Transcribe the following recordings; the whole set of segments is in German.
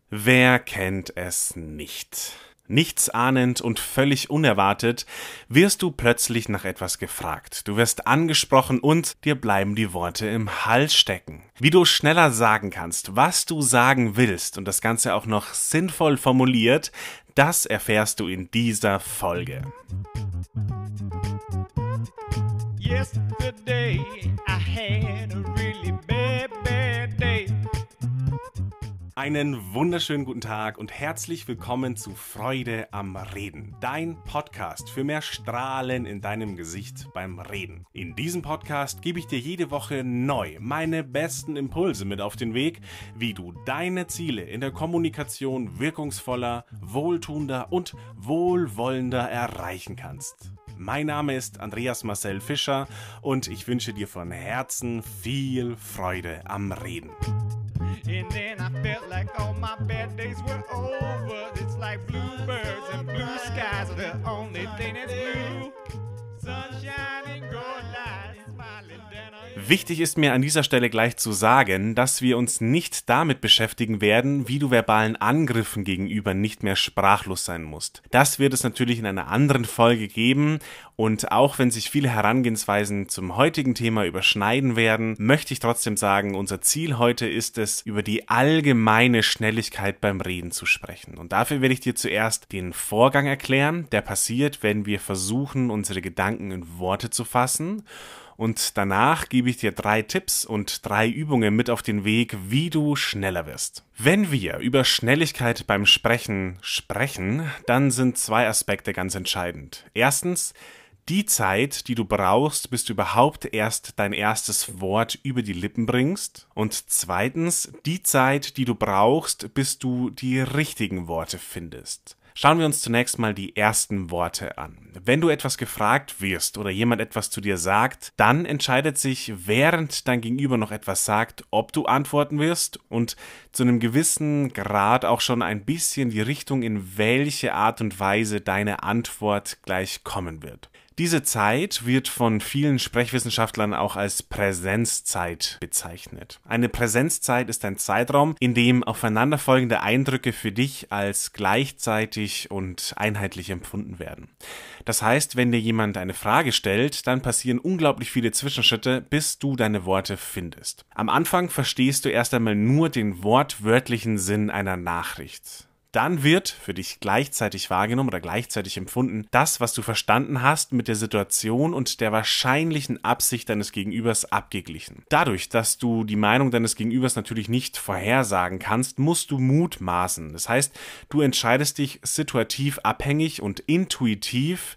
Wer kennt es nicht? Nichtsahnend und völlig unerwartet wirst du plötzlich nach etwas gefragt. Du wirst angesprochen und dir bleiben die Worte im Hals stecken. Wie du schneller sagen kannst, was du sagen willst und das Ganze auch noch sinnvoll formuliert, das erfährst du in dieser Folge. Yesterday I had a really bad day. Einen wunderschönen guten Tag und herzlich willkommen zu Freude am Reden, dein Podcast für mehr Strahlen in deinem Gesicht beim Reden. In diesem Podcast gebe ich dir jede Woche neu meine besten Impulse mit auf den Weg, wie du deine Ziele in der Kommunikation wirkungsvoller, wohltuender und wohlwollender erreichen kannst. Mein Name ist Andreas Marcel Fischer und ich wünsche dir von Herzen viel Freude am Reden. And then I felt like all my bad days were over. It's like bluebirds and blue skies are the only thing that's blue. Sunshine and gold lights smiling down on you. Wichtig ist mir an dieser Stelle gleich zu sagen, dass wir uns nicht damit beschäftigen werden, wie du verbalen Angriffen gegenüber nicht mehr sprachlos sein musst. Das wird es natürlich in einer anderen Folge geben. Und auch wenn sich viele Herangehensweisen zum heutigen Thema überschneiden werden, möchte ich trotzdem sagen, unser Ziel heute ist es, über die allgemeine Schnelligkeit beim Reden zu sprechen. Und dafür werde ich dir zuerst den Vorgang erklären, der passiert, wenn wir versuchen, unsere Gedanken in Worte zu fassen. Und danach gebe ich dir 3 Tipps und 3 Übungen mit auf den Weg, wie du schneller wirst. Wenn wir über Schnelligkeit beim Sprechen sprechen, dann sind 2 Aspekte ganz entscheidend. Erstens, die Zeit, die du brauchst, bis du überhaupt erst dein erstes Wort über die Lippen bringst. Und zweitens, die Zeit, die du brauchst, bis du die richtigen Worte findest. Schauen wir uns zunächst mal die ersten Worte an. Wenn du etwas gefragt wirst oder jemand etwas zu dir sagt, dann entscheidet sich, während dein Gegenüber noch etwas sagt, ob du antworten wirst und zu einem gewissen Grad auch schon ein bisschen die Richtung, in welche Art und Weise deine Antwort gleich kommen wird. Diese Zeit wird von vielen Sprechwissenschaftlern auch als Präsenzzeit bezeichnet. Eine Präsenzzeit ist ein Zeitraum, in dem aufeinanderfolgende Eindrücke für dich als gleichzeitig und einheitlich empfunden werden. Das heißt, wenn dir jemand eine Frage stellt, dann passieren unglaublich viele Zwischenschritte, bis du deine Worte findest. Am Anfang verstehst du erst einmal nur den wortwörtlichen Sinn einer Nachricht. Dann wird für dich gleichzeitig wahrgenommen oder gleichzeitig empfunden, das, was du verstanden hast, mit der Situation und der wahrscheinlichen Absicht deines Gegenübers abgeglichen. Dadurch, dass du die Meinung deines Gegenübers natürlich nicht vorhersagen kannst, musst du mutmaßen. Das heißt, du entscheidest dich situativ abhängig und intuitiv,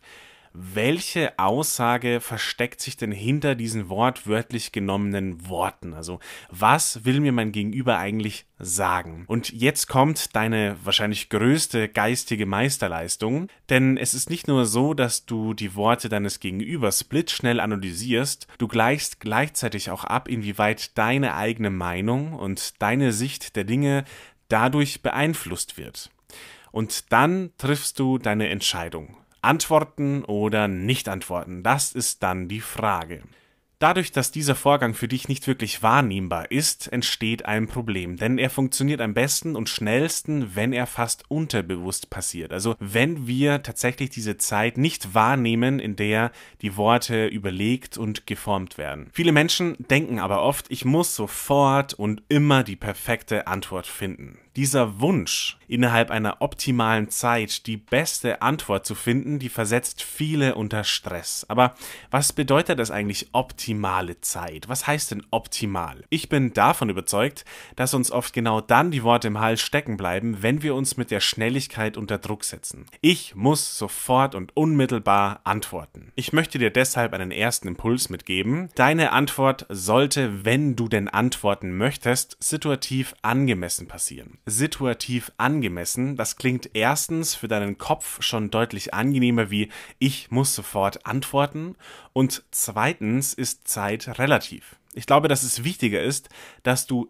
welche Aussage versteckt sich denn hinter diesen wortwörtlich genommenen Worten? Also, was will mir mein Gegenüber eigentlich sagen? Und jetzt kommt deine wahrscheinlich größte geistige Meisterleistung, denn es ist nicht nur so, dass du die Worte deines Gegenübers blitzschnell analysierst, du gleichst gleichzeitig auch ab, inwieweit deine eigene Meinung und deine Sicht der Dinge dadurch beeinflusst wird. Und dann triffst du deine Entscheidung. Antworten oder nicht antworten, das ist dann die Frage. Dadurch, dass dieser Vorgang für dich nicht wirklich wahrnehmbar ist, entsteht ein Problem, denn er funktioniert am besten und schnellsten, wenn er fast unterbewusst passiert. Also wenn wir tatsächlich diese Zeit nicht wahrnehmen, in der die Worte überlegt und geformt werden. Viele Menschen denken aber oft, ich muss sofort und immer die perfekte Antwort finden. Dieser Wunsch, innerhalb einer optimalen Zeit die beste Antwort zu finden, die versetzt viele unter Stress. Aber was bedeutet das eigentlich optimale Zeit? Was heißt denn optimal? Ich bin davon überzeugt, dass uns oft genau dann die Worte im Hals stecken bleiben, wenn wir uns mit der Schnelligkeit unter Druck setzen. Ich muss sofort und unmittelbar antworten. Ich möchte dir deshalb einen ersten Impuls mitgeben. Deine Antwort sollte, wenn du denn antworten möchtest, situativ angemessen passieren. Situativ angemessen, das klingt erstens für deinen Kopf schon deutlich angenehmer wie ich muss sofort antworten und zweitens ist Zeit relativ. Ich glaube, dass es wichtiger ist, dass du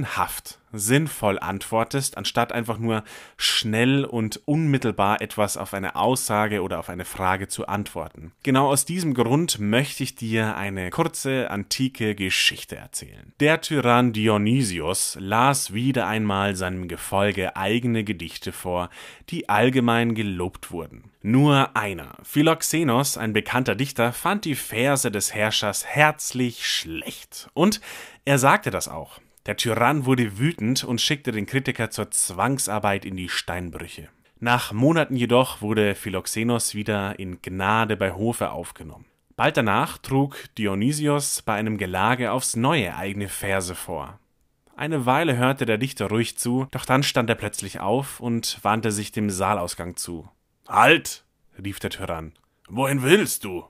sinnvoll antwortest, anstatt einfach nur schnell und unmittelbar etwas auf eine Aussage oder auf eine Frage zu antworten. Genau aus diesem Grund möchte ich dir eine kurze antike Geschichte erzählen. Der Tyrann Dionysios las wieder einmal seinem Gefolge eigene Gedichte vor, die allgemein gelobt wurden. Nur einer, Philoxenos, ein bekannter Dichter, fand die Verse des Herrschers herzlich schlecht. Und er sagte das auch. Der Tyrann wurde wütend und schickte den Kritiker zur Zwangsarbeit in die Steinbrüche. Nach Monaten jedoch wurde Philoxenos wieder in Gnade bei Hofe aufgenommen. Bald danach trug Dionysios bei einem Gelage aufs Neue eigene Verse vor. Eine Weile hörte der Dichter ruhig zu, doch dann stand er plötzlich auf und wandte sich dem Saalausgang zu. »Halt!« rief der Tyrann. »Wohin willst du?«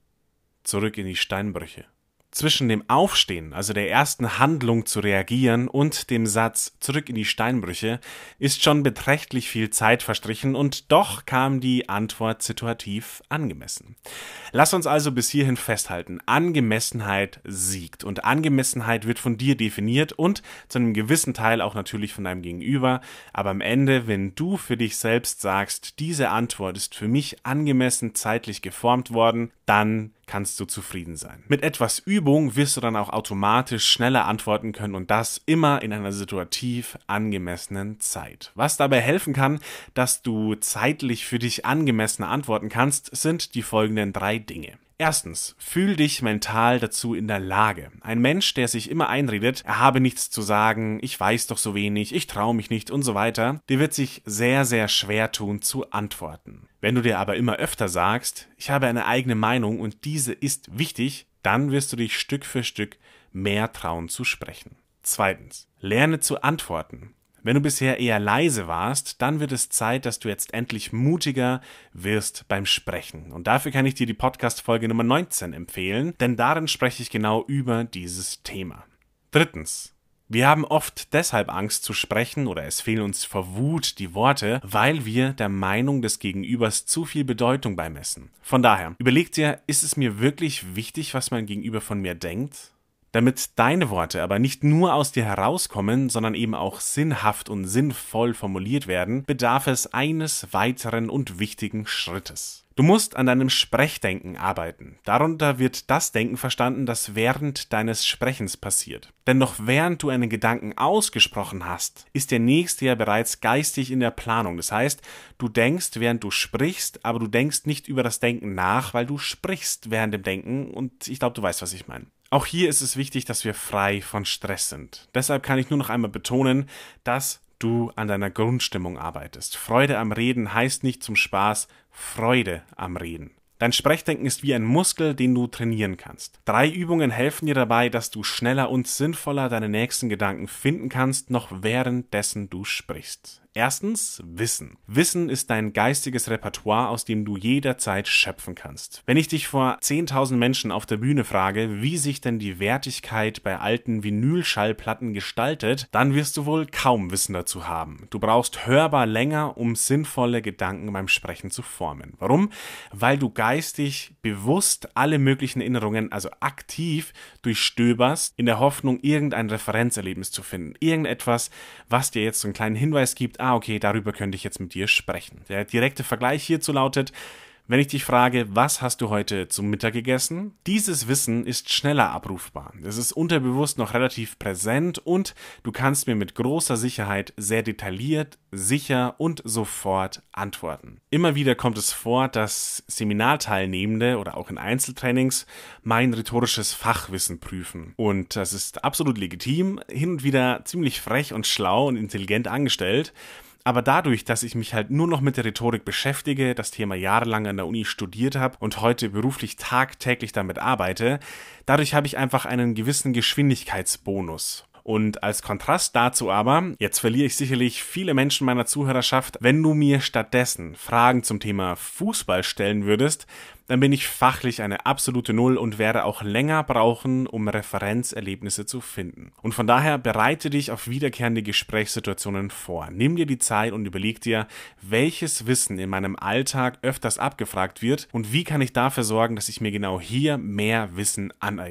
»Zurück in die Steinbrüche.« Zwischen dem Aufstehen, also der ersten Handlung zu reagieren, und dem Satz »zurück in die Steinbrüche« ist schon beträchtlich viel Zeit verstrichen und doch kam die Antwort situativ angemessen. Lass uns also bis hierhin festhalten, Angemessenheit siegt und Angemessenheit wird von dir definiert und zu einem gewissen Teil auch natürlich von deinem Gegenüber, aber am Ende, wenn du für dich selbst sagst, diese Antwort ist für mich angemessen zeitlich geformt worden, dann kannst du zufrieden sein. Mit etwas Übung wirst du dann auch automatisch schneller antworten können und das immer in einer situativ angemessenen Zeit. Was dabei helfen kann, dass du zeitlich für dich angemessen antworten kannst, sind die folgenden 3 Dinge. Erstens, fühl dich mental dazu in der Lage. Ein Mensch, der sich immer einredet, er habe nichts zu sagen, ich weiß doch so wenig, ich traue mich nicht und so weiter, der wird sich sehr, sehr schwer tun zu antworten. Wenn du dir aber immer öfter sagst, ich habe eine eigene Meinung und diese ist wichtig, dann wirst du dich Stück für Stück mehr trauen zu sprechen. Zweitens, lerne zu antworten. Wenn du bisher eher leise warst, dann wird es Zeit, dass du jetzt endlich mutiger wirst beim Sprechen. Und dafür kann ich dir die Podcast-Folge Nummer 19 empfehlen, denn darin spreche ich genau über dieses Thema. Drittens, wir haben oft deshalb Angst zu sprechen oder es fehlen uns vor Wut die Worte, weil wir der Meinung des Gegenübers zu viel Bedeutung beimessen. Von daher, überleg dir, ist es mir wirklich wichtig, was mein Gegenüber von mir denkt? Damit deine Worte aber nicht nur aus dir herauskommen, sondern eben auch sinnhaft und sinnvoll formuliert werden, bedarf es eines weiteren und wichtigen Schrittes. Du musst an deinem Sprechdenken arbeiten. Darunter wird das Denken verstanden, das während deines Sprechens passiert. Denn noch während du einen Gedanken ausgesprochen hast, ist der nächste ja bereits geistig in der Planung. Das heißt, du denkst, während du sprichst, aber du denkst nicht über das Denken nach, weil du sprichst während dem Denken und ich glaube, du weißt, was ich meine. Auch hier ist es wichtig, dass wir frei von Stress sind. Deshalb kann ich nur noch einmal betonen, dass du an deiner Grundstimmung arbeitest. Freude am Reden heißt nicht zum Spaß Freude am Reden. Dein Sprechdenken ist wie ein Muskel, den du trainieren kannst. 3 Übungen helfen dir dabei, dass du schneller und sinnvoller deine nächsten Gedanken finden kannst, noch währenddessen du sprichst. Erstens, Wissen. Wissen ist dein geistiges Repertoire, aus dem du jederzeit schöpfen kannst. Wenn ich dich vor 10.000 Menschen auf der Bühne frage, wie sich denn die Wertigkeit bei alten Vinylschallplatten gestaltet, dann wirst du wohl kaum Wissen dazu haben. Du brauchst hörbar länger, um sinnvolle Gedanken beim Sprechen zu formen. Warum? Weil du geistig bewusst alle möglichen Erinnerungen, also aktiv durchstöberst, in der Hoffnung, irgendein Referenzerlebnis zu finden. Irgendetwas, was dir jetzt so einen kleinen Hinweis gibt, okay, darüber könnte ich jetzt mit dir sprechen. Der direkte Vergleich hierzu lautet, wenn ich dich frage, was hast du heute zum Mittag gegessen? Dieses Wissen ist schneller abrufbar. Es ist unterbewusst noch relativ präsent und du kannst mir mit großer Sicherheit sehr detailliert, sicher und sofort antworten. Immer wieder kommt es vor, dass Seminarteilnehmende oder auch in Einzeltrainings mein rhetorisches Fachwissen prüfen. Und das ist absolut legitim, hin und wieder ziemlich frech und schlau und intelligent angestellt. Aber dadurch, dass ich mich halt nur noch mit der Rhetorik beschäftige, das Thema jahrelang an der Uni studiert habe und heute beruflich tagtäglich damit arbeite, dadurch habe ich einfach einen gewissen Geschwindigkeitsbonus. Und als Kontrast dazu aber, jetzt verliere ich sicherlich viele Menschen meiner Zuhörerschaft, wenn du mir stattdessen Fragen zum Thema Fußball stellen würdest, dann bin ich fachlich eine absolute Null und werde auch länger brauchen, um Referenzerlebnisse zu finden. Und von daher bereite dich auf wiederkehrende Gesprächssituationen vor. Nimm dir die Zeit und überleg dir, welches Wissen in meinem Alltag öfters abgefragt wird und wie kann ich dafür sorgen, dass ich mir genau hier mehr Wissen aneigne.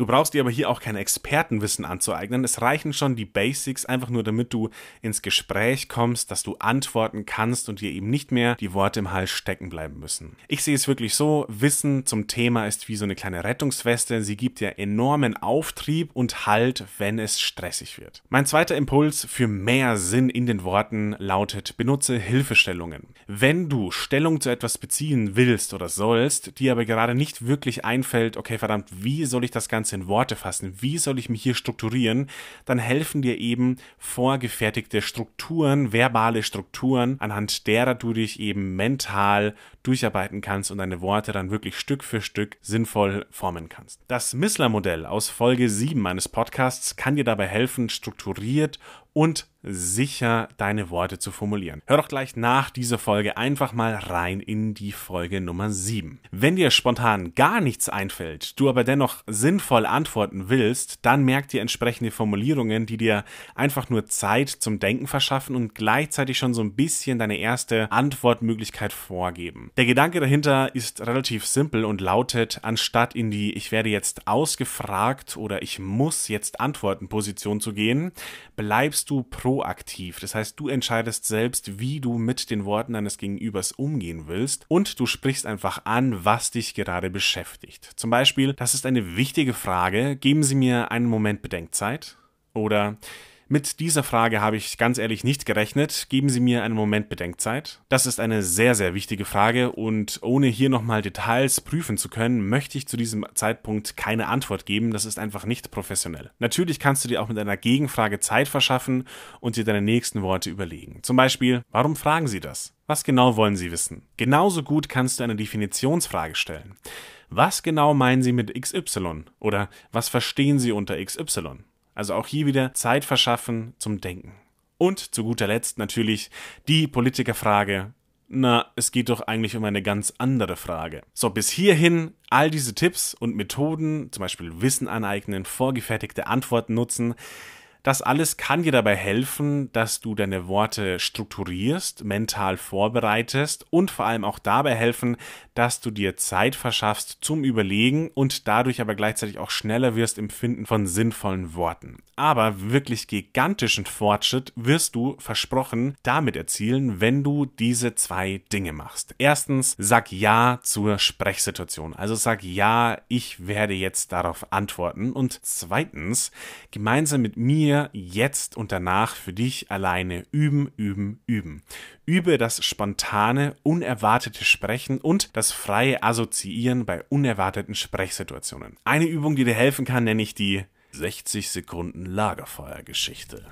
Du brauchst dir aber hier auch kein Expertenwissen anzueignen. Es reichen schon die Basics, einfach nur damit du ins Gespräch kommst, dass du antworten kannst und dir eben nicht mehr die Worte im Hals stecken bleiben müssen. Ich sehe es wirklich so, Wissen zum Thema ist wie so eine kleine Rettungsweste. Sie gibt dir enormen Auftrieb und Halt, wenn es stressig wird. Mein zweiter Impuls für mehr Sinn in den Worten lautet, benutze Hilfestellungen. Wenn du Stellung zu etwas beziehen willst oder sollst, dir aber gerade nicht wirklich einfällt, okay, verdammt, wie soll ich das Ganze in Worte fassen? Wie soll ich mich hier strukturieren? Dann helfen dir eben vorgefertigte Strukturen, verbale Strukturen, anhand derer du dich eben mental durcharbeiten kannst und deine Worte dann wirklich Stück für Stück sinnvoll formen kannst. Das Missler-Modell aus Folge 7 meines Podcasts kann dir dabei helfen, strukturiert und sicher deine Worte zu formulieren. Hör doch gleich nach dieser Folge einfach mal rein in die Folge Nummer 7. Wenn dir spontan gar nichts einfällt, du aber dennoch sinnvoll antworten willst, dann merk dir entsprechende Formulierungen, die dir einfach nur Zeit zum Denken verschaffen und gleichzeitig schon so ein bisschen deine erste Antwortmöglichkeit vorgeben. Der Gedanke dahinter ist relativ simpel und lautet, anstatt in die Ich werde jetzt ausgefragt oder ich muss jetzt antworten Position zu gehen, bleibst du proaktiv. Das heißt, du entscheidest selbst, wie du mit den Worten deines Gegenübers umgehen willst und du sprichst einfach an, was dich gerade beschäftigt. Zum Beispiel, das ist eine wichtige Frage, geben Sie mir einen Moment Bedenkzeit? Oder mit dieser Frage habe ich ganz ehrlich nicht gerechnet. Geben Sie mir einen Moment Bedenkzeit. Das ist eine sehr, sehr wichtige Frage und ohne hier nochmal Details prüfen zu können, möchte ich zu diesem Zeitpunkt keine Antwort geben. Das ist einfach nicht professionell. Natürlich kannst du dir auch mit einer Gegenfrage Zeit verschaffen und dir deine nächsten Worte überlegen. Zum Beispiel, warum fragen Sie das? Was genau wollen Sie wissen? Genauso gut kannst du eine Definitionsfrage stellen. Was genau meinen Sie mit XY? Oder was verstehen Sie unter XY? Also auch hier wieder Zeit verschaffen zum Denken. Und zu guter Letzt natürlich die Politikerfrage. Na, es geht doch eigentlich um eine ganz andere Frage. So, bis hierhin all diese Tipps und Methoden, zum Beispiel Wissen aneignen, vorgefertigte Antworten nutzen. Das alles kann dir dabei helfen, dass du deine Worte strukturierst, mental vorbereitest und vor allem auch dabei helfen, dass du dir Zeit verschaffst zum Überlegen und dadurch aber gleichzeitig auch schneller wirst im Finden von sinnvollen Worten. Aber wirklich gigantischen Fortschritt wirst du, versprochen, damit erzielen, wenn du diese zwei Dinge machst. Erstens, sag Ja zur Sprechsituation. Also sag Ja, ich werde jetzt darauf antworten. Und zweitens, gemeinsam mit mir jetzt und danach für dich alleine üben, üben, üben. Übe das spontane, unerwartete Sprechen und das freie Assoziieren bei unerwarteten Sprechsituationen. Eine Übung, die dir helfen kann, nenne ich die 60 Sekunden Lagerfeuergeschichte.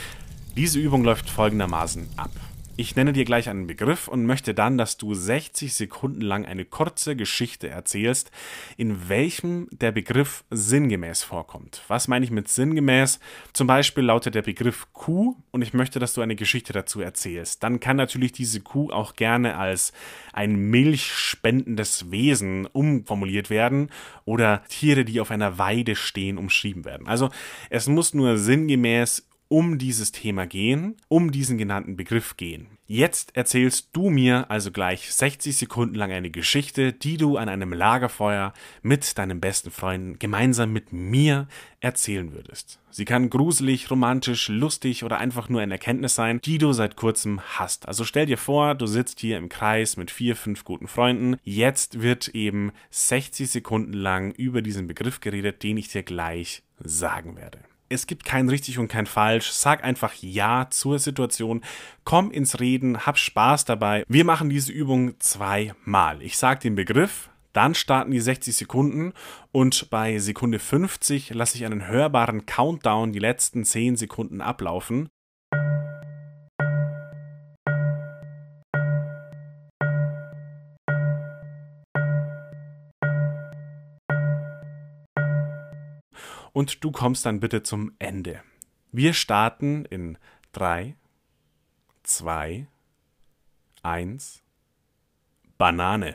Diese Übung läuft folgendermaßen ab. Ich nenne dir gleich einen Begriff und möchte dann, dass du 60 Sekunden lang eine kurze Geschichte erzählst, in welchem der Begriff sinngemäß vorkommt. Was meine ich mit sinngemäß? Zum Beispiel lautet der Begriff Kuh und ich möchte, dass du eine Geschichte dazu erzählst. Dann kann natürlich diese Kuh auch gerne als ein milchspendendes Wesen umformuliert werden oder Tiere, die auf einer Weide stehen, umschrieben werden. Also es muss nur sinngemäß um dieses Thema gehen, um diesen genannten Begriff gehen. Jetzt erzählst du mir also gleich 60 Sekunden lang eine Geschichte, die du an einem Lagerfeuer mit deinen besten Freunden gemeinsam mit mir erzählen würdest. Sie kann gruselig, romantisch, lustig oder einfach nur eine Erkenntnis sein, die du seit kurzem hast. Also stell dir vor, du sitzt hier im Kreis mit 4, 5 guten Freunden. Jetzt wird eben 60 Sekunden lang über diesen Begriff geredet, den ich dir gleich sagen werde. Es gibt kein richtig und kein falsch. Sag einfach Ja zur Situation. Komm ins Reden, hab Spaß dabei. Wir machen diese Übung 2-mal. Ich sage den Begriff, dann starten die 60 Sekunden und bei Sekunde 50 lasse ich einen hörbaren Countdown die letzten 10 Sekunden ablaufen. Und du kommst dann bitte zum Ende. Wir starten in 3, 2, 1, Banane.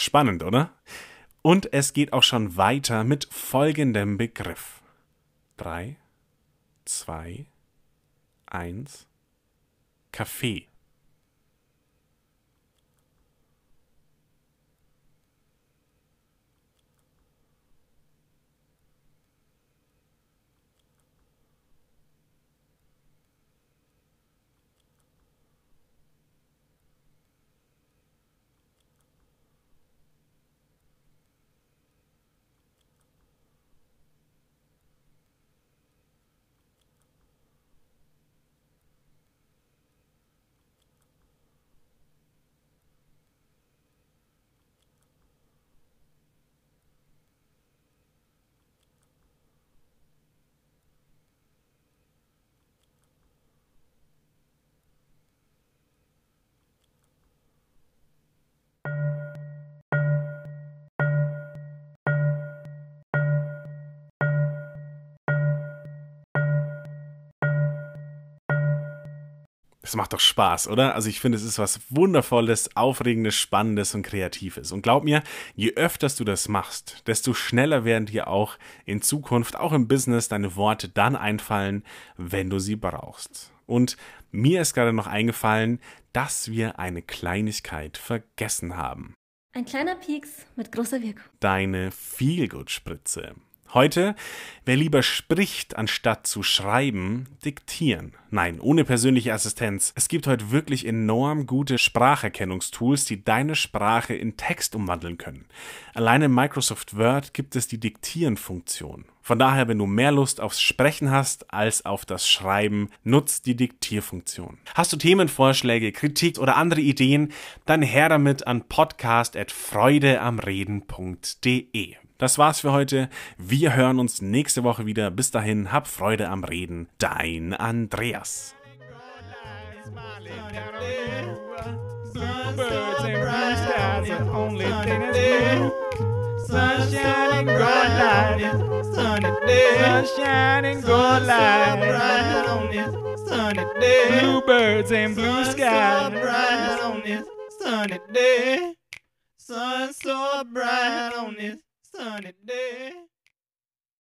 Spannend, oder? Und es geht auch schon weiter mit folgendem Begriff. 3, 2, 1, Kaffee. Es macht doch Spaß, oder? Also ich finde, es ist was Wundervolles, Aufregendes, Spannendes und Kreatives. Und glaub mir, je öfters du das machst, desto schneller werden dir auch in Zukunft, auch im Business, deine Worte dann einfallen, wenn du sie brauchst. Und mir ist gerade noch eingefallen, dass wir eine Kleinigkeit vergessen haben. Ein kleiner Pieks mit großer Wirkung. Deine Feelgood-Spritze. Heute, wer lieber spricht, anstatt zu schreiben, diktieren. Nein, ohne persönliche Assistenz. Es gibt heute wirklich enorm gute Spracherkennungstools, die deine Sprache in Text umwandeln können. Alleine in Microsoft Word gibt es die Diktieren-Funktion. Von daher, wenn du mehr Lust aufs Sprechen hast als auf das Schreiben, nutzt die Diktierfunktion. Hast du Themenvorschläge, Kritik oder andere Ideen, dann her damit an podcast@freudeamreden.de. Das war's für heute. Wir hören uns nächste Woche wieder. Bis dahin, hab Freude am Reden. Dein Andreas. Sunshine and good light, sunny day. Sunshine and good light, bright on this sunny day. Bluebirds and blue sky, bright on this sunny day. Sun so bright on this sunny day.